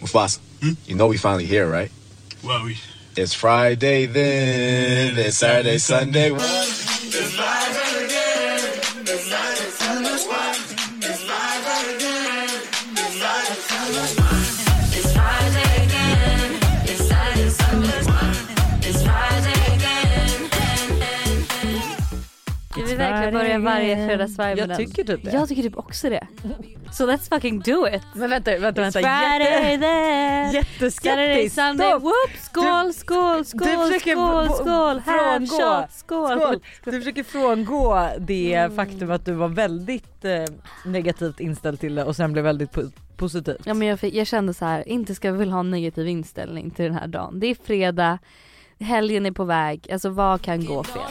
Mufasa, you know we finally here, right? Well, It's Friday then, it's Saturday, Sunday. It's Friday again, it's Saturday, Sunday. It's Friday again, it's Saturday, Sunday. It's Friday again, it's Saturday, Sunday. It's Friday again. Ska vi verkligen börja varje fredagsvarv med den? Jag tycker typ det. Jag tycker typ också det. So let's fucking do it. Men vänta. Friday then. Jätteskeptisk. Skål. Handshot, skål. Du försöker frångå det faktum att du var väldigt negativt inställd till det och sen blev väldigt positiv. Ja, men jag kände så här, inte ska vi väl ha en negativ inställning till den här dagen. Det är fredag, helgen är på väg. Alltså vad kan gå fel?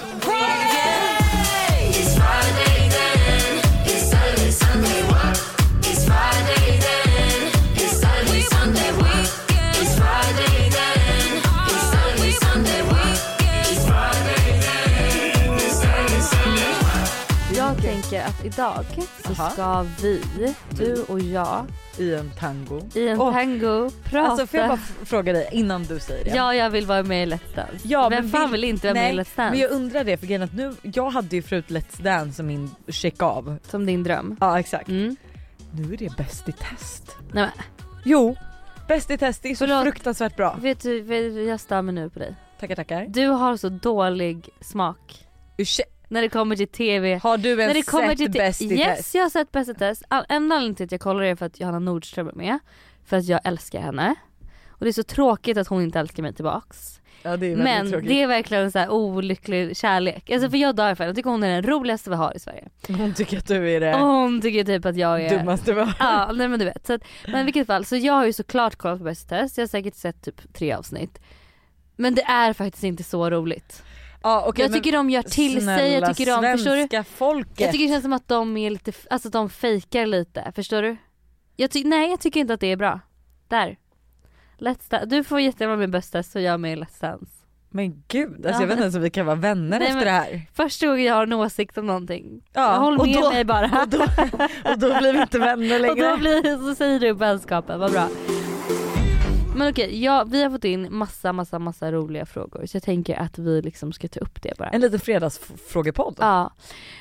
It's Friday then, it's Saturday, Sunday. It's Friday then, it's Saturday, Sunday. It's Friday then, it's Saturday, Sunday. It's Friday then, it's Saturday, Sunday. Jag tänker att idag så ska vi, du och jag, I en tango prata. Alltså får jag bara fråga dig innan du säger det? Ja, jag vill vara med i Let's Dance. Ja, Vem fan vill inte vara med i Let's Dance? Men jag undrar det, för grejen att nu, jag hade ju förut Let's Dance som min check av. Som din dröm. Ja, exakt. Nu är det Bäst i test. Nej, men. Jo, Bäst i test, det är så fruktansvärt bra. Vet du, jag stör mig nu på dig. Tackar. Du har så dålig smak. När det kommer till tv. Har du ens sett Bäst i test? Yes, jag har sett Bäst i test. En anledning till att jag kollar är för att Johanna Nordström är med. För att jag älskar henne. Och det är så tråkigt att hon inte älskar mig tillbaks. Ja, det är men tråkigt. Det är verkligen en så här olycklig kärlek. Alltså för jag dör för henne. Jag tycker hon är den roligaste vi har i Sverige. Hon tycker att du är det. Hon tycker typ att jag är dummaste vi har. Ja, nej men du vet. Så att, men i vilket fall, så jag har ju såklart kollat på Bäst i test. Jag har säkert sett typ 3 avsnitt. Men det är faktiskt inte så roligt. Ja, okay, jag tycker de gör till sig. Jag tycker de, förstår du? Folket. Jag tycker det känns som att de är lite, alltså de fejkar lite, förstår du? Jag tycker inte att det är bra. Där. Let's Dance. Du får jättegärna med Bäst test och jag med i Let's Dance. Men gud, alltså jag vet inte ens om vi kan vara vänner efter det här. Första gången jag har en åsikt om någonting. Ja, håll med mig bara. Och då blir vi inte vänner längre. Och då så säger du vänskapen, vad bra. Men okej, vi har fått in massa roliga frågor. Så jag tänker att vi liksom ska ta upp det bara. En liten fredagsfrågepodd. Ja.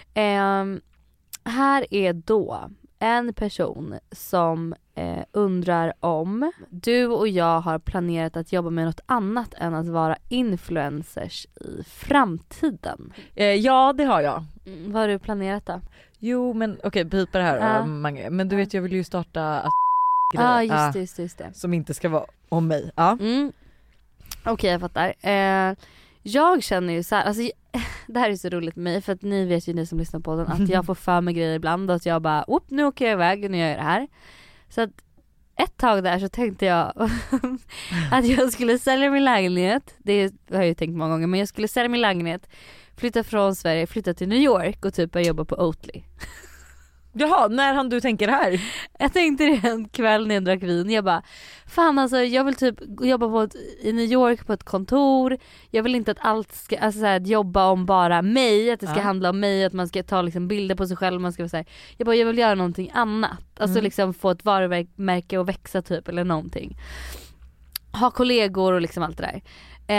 Här är då en person som undrar om du och jag har planerat att jobba med något annat än att vara influencers i framtiden. Ja, det har jag. Vad har du planerat då? Jo, men okej, pipa det här Mange. Men du vet, jag vill ju starta just det. Som inte ska vara om mig. Ja. Okej, jag fattar. Jag känner ju så här, alltså, det här är så roligt med mig, för att ni vet ju, ni som lyssnar på den, att jag får för mig grejer ibland och att jag bara, nu åker jag iväg och nu gör jag det här. Så att ett tag där så tänkte jag att jag skulle sälja min lägenhet. Det har jag ju tänkt många gånger, men jag skulle sälja min lägenhet, flytta från Sverige, flytta till New York och typ jobba på Oatly. Jaha, när han du tänker det här? Jag tänkte det en kväll när jag drack vin. Jag bara, fan alltså, jag vill typ jobba i New York på ett kontor. Jag vill inte att allt ska, alltså så här, jobba om bara mig, att det ska handla om mig, att man ska ta liksom bilder på sig själv, man ska säga, jag vill göra någonting annat. Alltså liksom få ett varumärke och växa typ, eller någonting. Ha kollegor och liksom allt det där.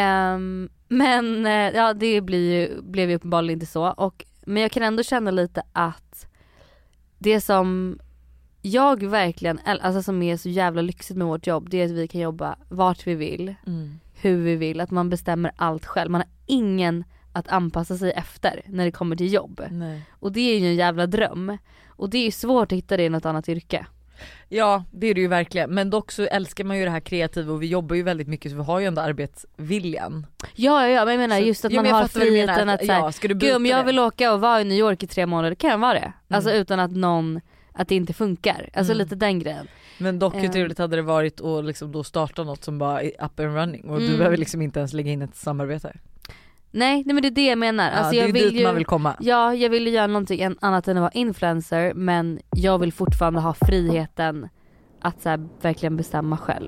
Men ja, det blev ju uppenbarligen inte så, men jag kan ändå känna lite att det som jag verkligen, alltså som är så jävla lyxigt med vårt jobb, det är att vi kan jobba vart vi vill, hur vi vill, att man bestämmer allt själv. Man har ingen att anpassa sig efter när det kommer till jobb. Nej. Och det är ju en jävla dröm. Och det är ju svårt att hitta det i något annat yrke. Ja, det är det ju verkligen. Men dock så älskar man ju det här kreativa, och vi jobbar ju väldigt mycket, så vi har ju ändå arbetsviljan. Ja, men jag menar så, just att man har friheten att säga, gud, om jag vill åka och vara i New York i 3 månader, kan jag vara det. Alltså utan att det inte funkar. Alltså lite den grejen. Men dock hur trevligt hade det varit att liksom då starta något som bara är up and running, och du behöver liksom inte ens lägga in ett samarbete. Nej, men det är det jag menar. Ja, alltså, det är dit man vill komma. Ja, jag vill ju göra någonting annat än att vara influencer, men jag vill fortfarande ha friheten att så här, verkligen bestämma själv.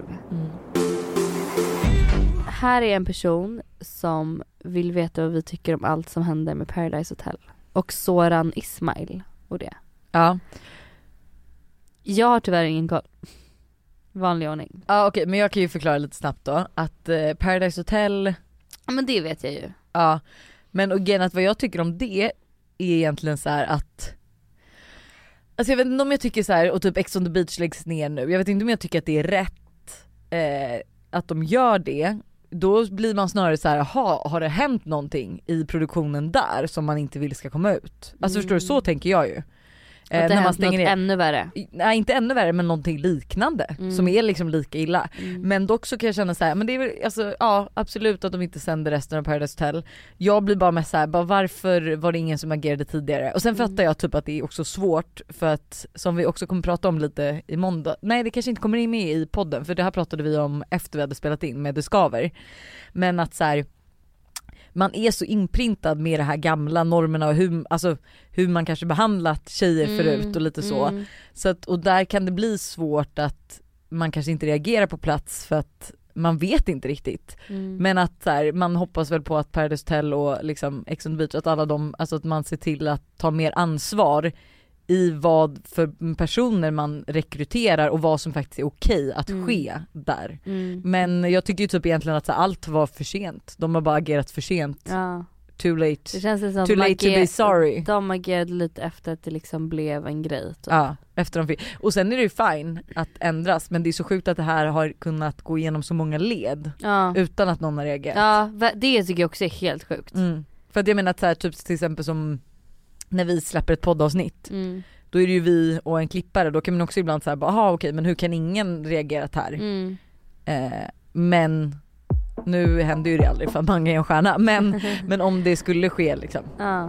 Här är en person som vill veta vad vi tycker om allt som händer med Paradise Hotel och Soran Ismail och det. Ja. Jag har tyvärr ingen koll. vanlig ordning. Ja okej, men jag kan ju förklara lite snabbt då att Paradise Hotel. Ja men det vet jag ju. Ja, men och igen att vad jag tycker om det är egentligen så här att alltså jag vet inte om jag tycker så här, och typ Ex on the Beach läggs ner nu. Jag vet inte om jag tycker att det är rätt att de gör det. Då blir man snarare så här, har det hänt någonting i produktionen där som man inte vill ska komma ut? Alltså förstår du, så tänker jag ju. Att det när man stänger något ännu värre. Nej inte ännu värre, men någonting liknande som är liksom lika illa. Men dock så kan jag känna så här, men det är väl alltså, ja absolut att de inte sänder resten av Paradise Hotel. Jag blir bara med så här, bara varför var det ingen som agerade tidigare? Och sen fattar jag typ att det är också svårt för att, som vi också kommer prata om lite i måndag. Nej det kanske inte kommer in med i podden, för det här pratade vi om efter vi hade spelat in med Det Skaver. Men att så här, man är så inprintad med de här gamla normerna och hur man kanske behandlat tjejer förut och lite så. Så att, och där kan det bli svårt att man kanske inte reagerar på plats för att man vet inte riktigt. Men att så här, man hoppas väl på att Paradise Hotel och liksom Ex on the Beach, att alla de, alltså att man ser till att ta mer ansvar i vad för personer man rekryterar och vad som faktiskt är okej att ske där. Men jag tycker ju typ egentligen att så allt var för sent. De har bara agerat för sent. Ja. Too late. Det känns som too late to be sorry. De agerade lite efter att det liksom blev en grej. Typ. Ja, efter de fick. Och sen är det ju fine att ändras, men det är så sjukt att det här har kunnat gå igenom så många led utan att någon har reagerat. Ja, det tycker jag också är helt sjukt. För att jag menar att så här, typ till exempel som när vi släpper ett poddavsnitt, då är det ju vi och en klippare, då kan man också ibland säga aha okej, men hur kan ingen reagerat här? Men nu händer ju det aldrig för man är en stjärna, men om det skulle ske liksom. Ja.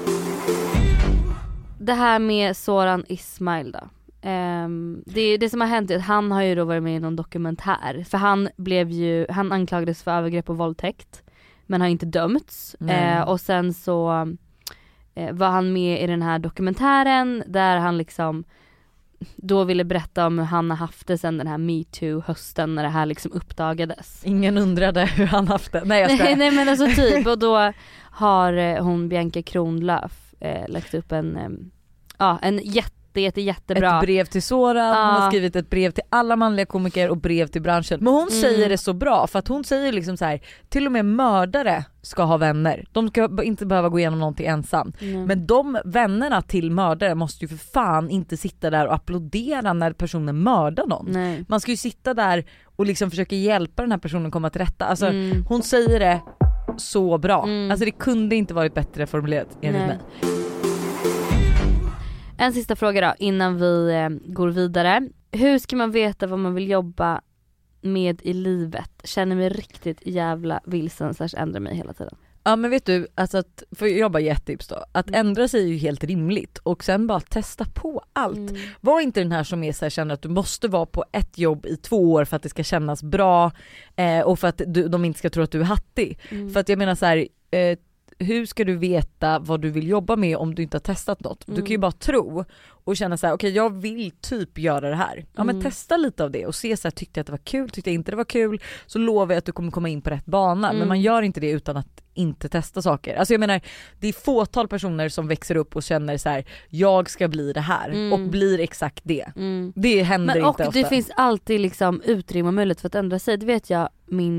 Det här med Soran Ismail då. Det som har hänt är att han har ju då varit med i någon dokumentär, för han anklagades för övergrepp och våldtäkt men har inte dömts. Och sen så var han med i den här dokumentären där han liksom då ville berätta om hur han har haft det sen den här MeToo-hösten när det här liksom uppdagades. Ingen undrade hur han haft det. Nej jag skojar. Nej men alltså typ, och då har hon Bianca Kronlöf lagt upp en jättebra. Ett brev till Soran, hon har skrivit ett brev till alla manliga komiker och brev till branschen. Men hon säger det så bra, för att hon säger liksom så här: till och med mördare ska ha vänner. De ska inte behöva gå igenom någonting ensam. Men de vännerna till mördare måste ju för fan inte sitta där och applådera när personen mördar någon. Nej. Man ska ju sitta där och liksom försöka hjälpa den här personen komma till rätta. Alltså hon säger det så bra. Alltså det kunde inte varit bättre formulerat enligt mig. En sista fråga då innan vi går vidare. Hur ska man veta vad man vill jobba med i livet? Känner mig riktigt jävla vilsen / ändrar mig hela tiden. Ja men vet du, alltså att, för jag jobbar jättetips då, att ändra sig är ju helt rimligt och sen bara testa på allt. Var inte den här som är så här, känner att du måste vara på ett jobb i 2 år för att det ska kännas bra och för att de inte ska tro att du är hattig. För att jag menar så här, hur ska du veta vad du vill jobba med om du inte har testat något? Du kan ju bara tro och känna så här: okej, jag vill typ göra det här. Ja men testa lite av det och se så här, tyckte jag att det var kul, tyckte jag inte det var kul, så lovar jag att du kommer komma in på rätt bana. Men man gör inte det utan att inte testa saker. Alltså jag menar, det är fåtal personer som växer upp och känner så här: jag ska bli det här och blir exakt det. Det händer inte ofta. Och det finns alltid liksom utrymme och möjlighet för att ändra sig. Det vet jag,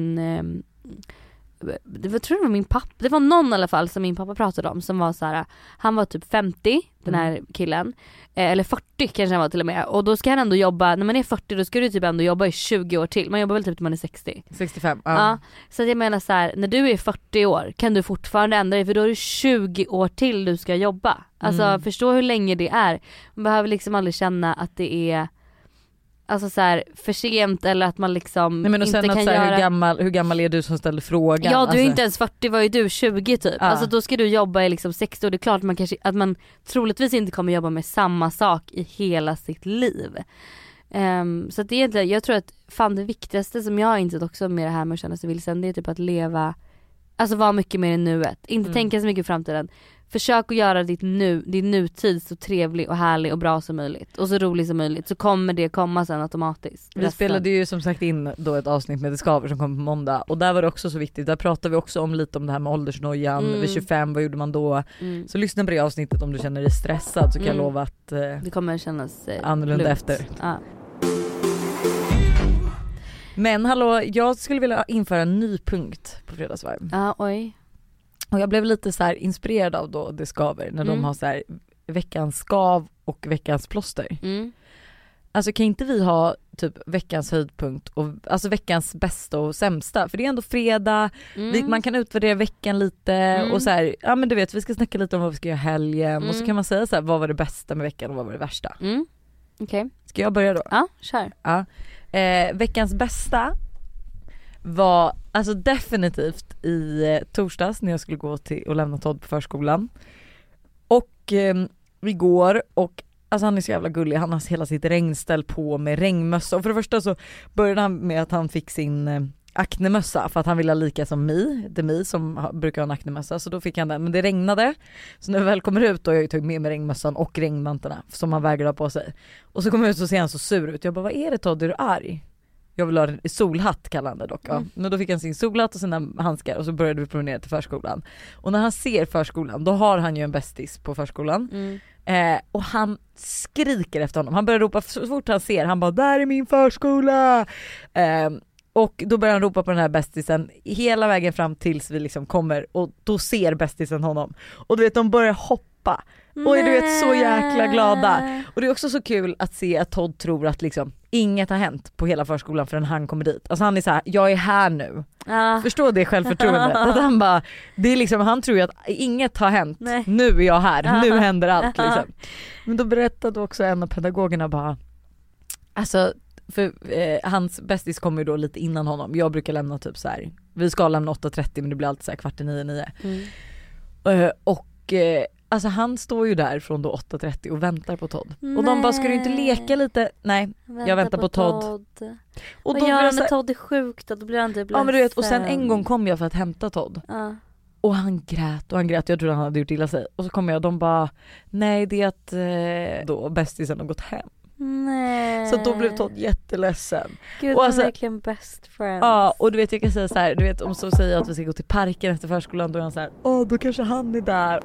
jag tror det var min pappa, det var någon i alla fall som min pappa pratade om som var så här: han var typ 50 den här killen, eller 40 kanske han var till och med, och då ska han ändå jobba, när man är 40 då ska du typ ändå jobba i 20 år till, man jobbar väl typ när man är 65. Ja, så jag menar så här, när du är 40 år kan du fortfarande ändra dig, för då är det 20 år till du ska jobba. Alltså förstå hur länge det är. Man behöver liksom aldrig känna att det är alltså så här för sent, eller att man liksom inte kan att, så här, göra. Hur gammal är du som ställer frågan? Ja, du är inte ens 40, var ju du 20 typ. Ja. Alltså då ska du jobba i liksom 60 år. Det är klart att man troligtvis inte kommer jobba med samma sak i hela sitt liv. Så att det är egentligen, jag tror att fan det viktigaste som jag har insett också med det här med att känna sig vilsen, det är typ att leva, alltså vara mycket mer i nuet. Inte tänka så mycket i framtiden. Försök att göra din nutid så trevlig och härlig och bra som möjligt. Och så rolig som möjligt. Så kommer det komma sen automatiskt. Vi spelade ju som sagt in då ett avsnitt med Det Skaver som kom på måndag. Och där var det också så viktigt. Där pratade vi också om lite om det här med åldersnojan. Vid 25, vad gjorde man då? Så lyssna på det avsnittet om du känner dig stressad. Så kan jag lova att det kommer kännas annorlunda lugnt efter. Ja. Men hallå, jag skulle vilja införa en ny punkt på fredagsvarv. Ja, oj. Och jag blev lite så här inspirerad av då Det skaver när de har så här veckans skav och veckans plåster. Alltså kan inte vi ha typ veckans höjdpunkt och alltså veckans bästa och sämsta, för det är ändå fredag, man kan utvärdera veckan lite och så här, ja men du vet, vi ska snacka lite om vad vi ska göra helgen och så kan man säga så här, vad var det bästa med veckan och vad var det värsta. Okej. Ska jag börja då? Ja, kör. Ja. Veckans bästa var alltså definitivt i torsdags när jag skulle gå till och lämna Todd på förskolan. Och vi går och alltså han är så jävla gullig, han har hela sitt regnställ på med regnmössa. Och för det första så började han med att han fick sin aknemössa för att han ville lika som Mi som brukar ha en aknemössa. Så då fick han den, men det regnade. Så när vi väl kommer ut då har jag tagit med mig regnmössan och regnmantarna som han vägrade ha på sig. Och så kommer jag ut och ser han så sur ut. Jag bara, vad är det Todd, är du arg? Jag vill ha en solhatt kallar han det dock. Ja. Men då fick han sin solhatt och sina handskar och så började vi promenera till förskolan. Och när han ser förskolan, då har han ju en bästis på förskolan. Och han skriker efter honom. Han börjar ropa så fort han ser. Han bara, där är min förskola! Och då börjar han ropa på den här bästisen hela vägen fram tills vi liksom kommer. Och då ser bästisen honom. Och du vet, de börjar hoppa. Och du vet, så jäkla glada. Och det är också så kul att se att Todd tror att liksom inget har hänt på hela förskolan förrän han kommer dit. Alltså han är så här, jag är här nu. Förstå det självförtroendet. Att han bara, det är liksom, han tror ju att inget har hänt. Nej. Nu är jag här, nu händer allt liksom. Men då berättade också en av pedagogerna bara, alltså för hans bästis kommer ju då lite innan honom. Jag brukar lämna typ så här, vi ska lämna 8:30 men det blir alltid så här 8:45. Och alltså han står ju där från då 8:30 och väntar på Todd. Nej. Och de bara, ska du inte leka lite? Nej, jag väntar på Todd. Och då gör han när Todd är sjuk då blir han typ ledsen. Ja men du vet, och sen en gång kom jag för att hämta Todd. Och han grät. Jag trodde han hade gjort illa sig. Och så kom jag och de bara, nej det är att då bästisen har gått hem. Nej. Så då blev Todd jätteledsen. Gud, och alltså, verkligen best friends. Ja, och du vet jag kan säga så här, du vet om så säger jag att vi ska gå till parken efter förskolan, då är han så här, då kanske han är där.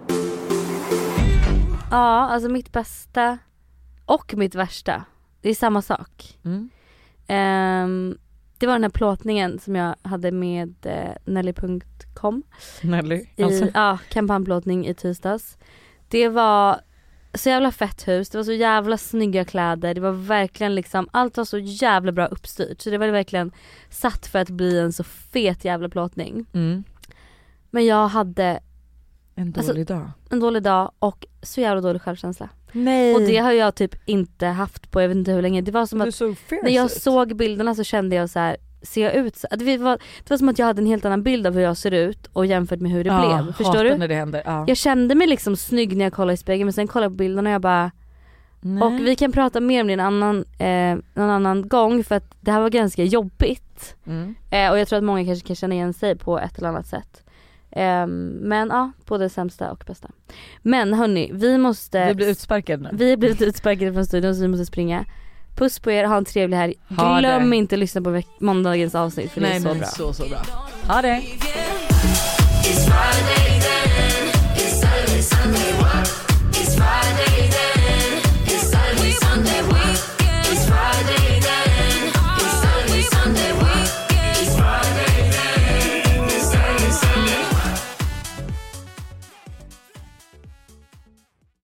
Ja, alltså mitt bästa och mitt värsta, det är samma sak. Det var den här plåtningen som jag hade med Nelly.com. Nelly? Alltså. Ja, kampanjplåtning i tisdags. Det var så jävla fett hus, det var så jävla snygga kläder, det var verkligen liksom, allt var så jävla bra uppstyrt. Så det var verkligen satt för att bli en så fet jävla plåtning. Men jag hade en dålig dag och så jävla dålig självkänsla. Nej. Och det har jag typ inte haft på jag vet inte hur länge. Det var som att när jag såg bilderna så kände jag så här, ser jag ut så, det var som att jag hade en helt annan bild av hur jag ser ut och jämfört med hur det blev. Förstår du? När det händer. Jag kände mig liksom snygg när jag kollade i spegeln, men sen kollade jag på bilderna och jag bara och vi kan prata mer om det någon annan gång, för att det här var ganska jobbigt. Och jag tror att många kanske kan känna igen sig på ett eller annat sätt. Men ja, både sämsta och bästa. Men hörni, vi blir utsparkade nu. Vi har blivit utsparkade från studion så vi måste springa. Puss på er, ha en trevlig helg. Glöm inte att lyssna på måndagens avsnitt för det är så bra. Så bra. Ha det.